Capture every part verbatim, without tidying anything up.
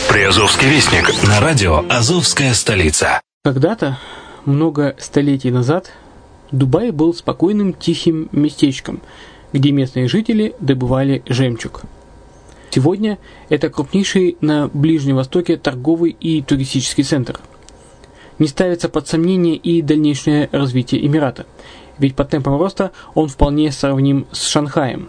Приазовский вестник на радио «Азовская столица». Когда-то, много столетий назад, Дубай был спокойным тихим местечком, где местные жители добывали жемчуг. Сегодня это крупнейший на Ближнем Востоке торговый и туристический центр. Не ставится под сомнение и дальнейшее развитие Эмирата, ведь по темпам роста он вполне сравним с Шанхаем.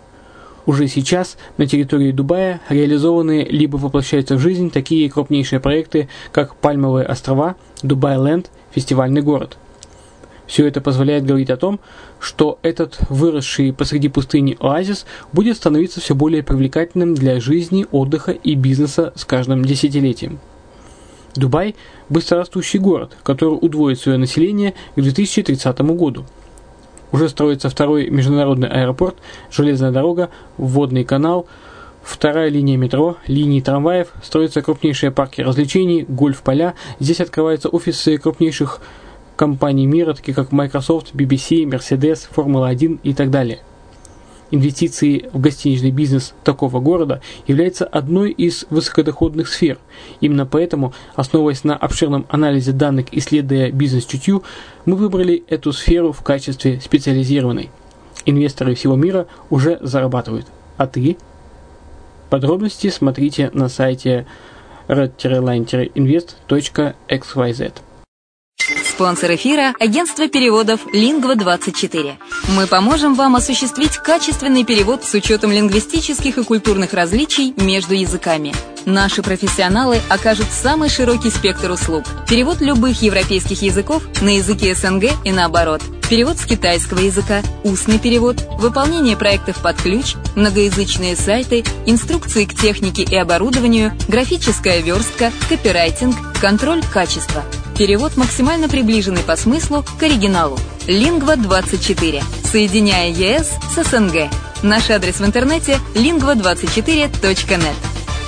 Уже сейчас на территории Дубая реализованы либо воплощаются в жизнь такие крупнейшие проекты, как Пальмовые острова, Дубай-Ленд, фестивальный город. Все это позволяет говорить о том, что этот выросший посреди пустыни оазис будет становиться все более привлекательным для жизни, отдыха и бизнеса с каждым десятилетием. Дубай – быстрорастущий город, который удвоит свое население к две тысячи тридцатому году. Уже строится второй международный аэропорт, железная дорога, водный канал, вторая линия метро, линии трамваев, строятся крупнейшие парки развлечений, гольф-поля. Здесь открываются офисы крупнейших компаний мира, таких как Microsoft, би би си, Mercedes, Формула один и так далее. Инвестиции в гостиничный бизнес такого города являются одной из высокодоходных сфер. Именно поэтому, основываясь на обширном анализе данных, исследуя бизнес-чутью, мы выбрали эту сферу в качестве специализированной. Инвесторы всего мира уже зарабатывают. А ты? Подробности смотрите на сайте red line invest точка экс уай зет. Спонсор эфира – агентство переводов лингва двадцать четыре. Мы поможем вам осуществить качественный перевод с учетом лингвистических и культурных различий между языками. Наши профессионалы окажут самый широкий спектр услуг. Перевод любых европейских языков на языки эс эн гэ и наоборот. Перевод с китайского языка, устный перевод, выполнение проектов под ключ, многоязычные сайты, инструкции к технике и оборудованию, графическая верстка, копирайтинг, контроль качества. Перевод максимально приближенный по смыслу к оригиналу. лингва двадцать четыре. Соединяя е эс с эс эн гэ. Наш адрес в интернете лингва двадцать четыре точка нет.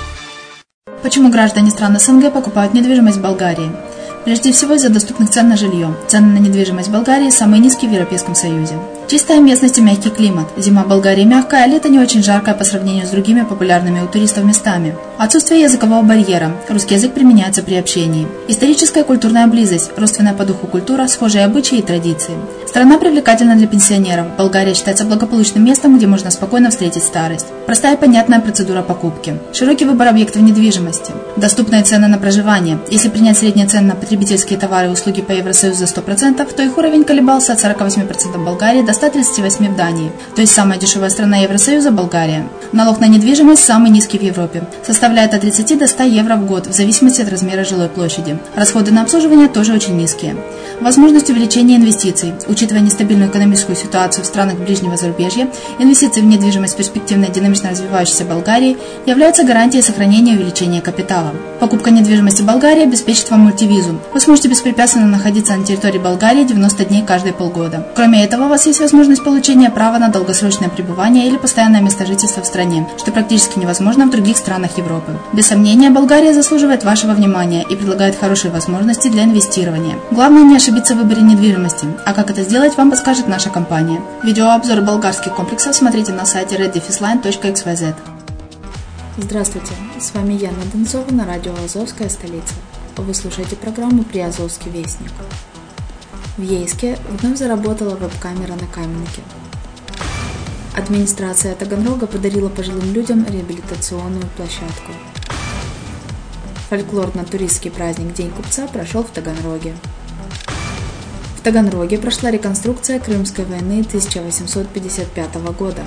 Почему граждане стран эс эн гэ покупают недвижимость в Болгарии? Прежде всего из-за доступных цен на жилье. Цены на недвижимость в Болгарии самые низкие в Европейском Союзе. Чистая местность и мягкий климат. Зима в Болгарии мягкая, а лето не очень жаркое по сравнению с другими популярными у туристов местами. Отсутствие языкового барьера. Русский язык применяется при общении. Историческая и культурная близость. Родственная по духу культура, схожие обычаи и традиции. Страна привлекательна для пенсионеров. Болгария считается благополучным местом, где можно спокойно встретить старость. Простая и понятная процедура покупки. Широкий выбор объектов недвижимости. Доступные цены на проживание. Если принять средние цены на потребительские товары и услуги по Евросоюзу за сто процентов, то их уровень колебался от сорок восемь процентов в Болгарии до ста тридцати восьми процентов в Дании. То есть самая дешевая страна Евросоюза – Болгария. Налог на недвижимость самый низкий в Европе. Составляет от тридцати до ста евро в год, в зависимости от размера жилой площади. Расходы на обслуживание тоже очень низкие. Возможность увеличения инвестиций. Учитывая нестабильную экономическую ситуацию в странах ближнего зарубежья, инвестиции в недвижимость в перспективной динамично развивающейся Болгарии являются гарантией сохранения и увеличения капитала. Покупка недвижимости в Болгарии обеспечит вам мультивизу. Вы сможете беспрепятственно находиться на территории Болгарии девяносто дней каждые полгода. Кроме этого, у вас есть возможность получения права на долгосрочное пребывание или постоянное место жительства в стране, что практически невозможно в других странах Европы. Без сомнения, Болгария заслуживает вашего внимания и предлагает хорошие возможности для инвестирования. Главное не ошибиться в выборе недвижимости, а как это сделать, вам подскажет наша компания. Видеообзор болгарских комплексов смотрите на сайте red line точка экс уай зет. Здравствуйте, с вами Яна Донцова на радио «Азовская столица». Вы слушаете программу «Приазовский вестник». В Ейске вновь заработала веб-камера на Каменке. Администрация Таганрога подарила пожилым людям реабилитационную площадку. Фольклорно-туристский праздник День купца прошел в Таганроге. В Таганроге прошла реконструкция Крымской войны тысяча восемьсот пятьдесят пятого года.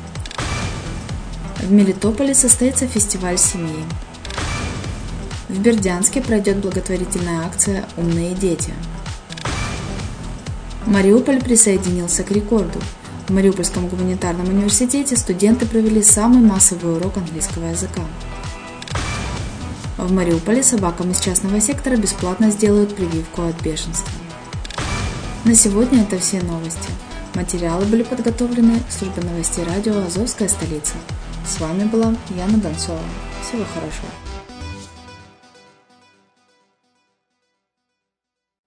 В Мелитополе состоится фестиваль семьи. В Бердянске пройдет благотворительная акция «Умные дети». Мариуполь присоединился к рекорду. В Мариупольском гуманитарном университете студенты провели самый массовый урок английского языка. В Мариуполе собакам из частного сектора бесплатно сделают прививку от бешенства. На сегодня это все новости. Материалы были подготовлены службой новостей радио «Азовская столица». С вами была Яна Донцова. Всего хорошего.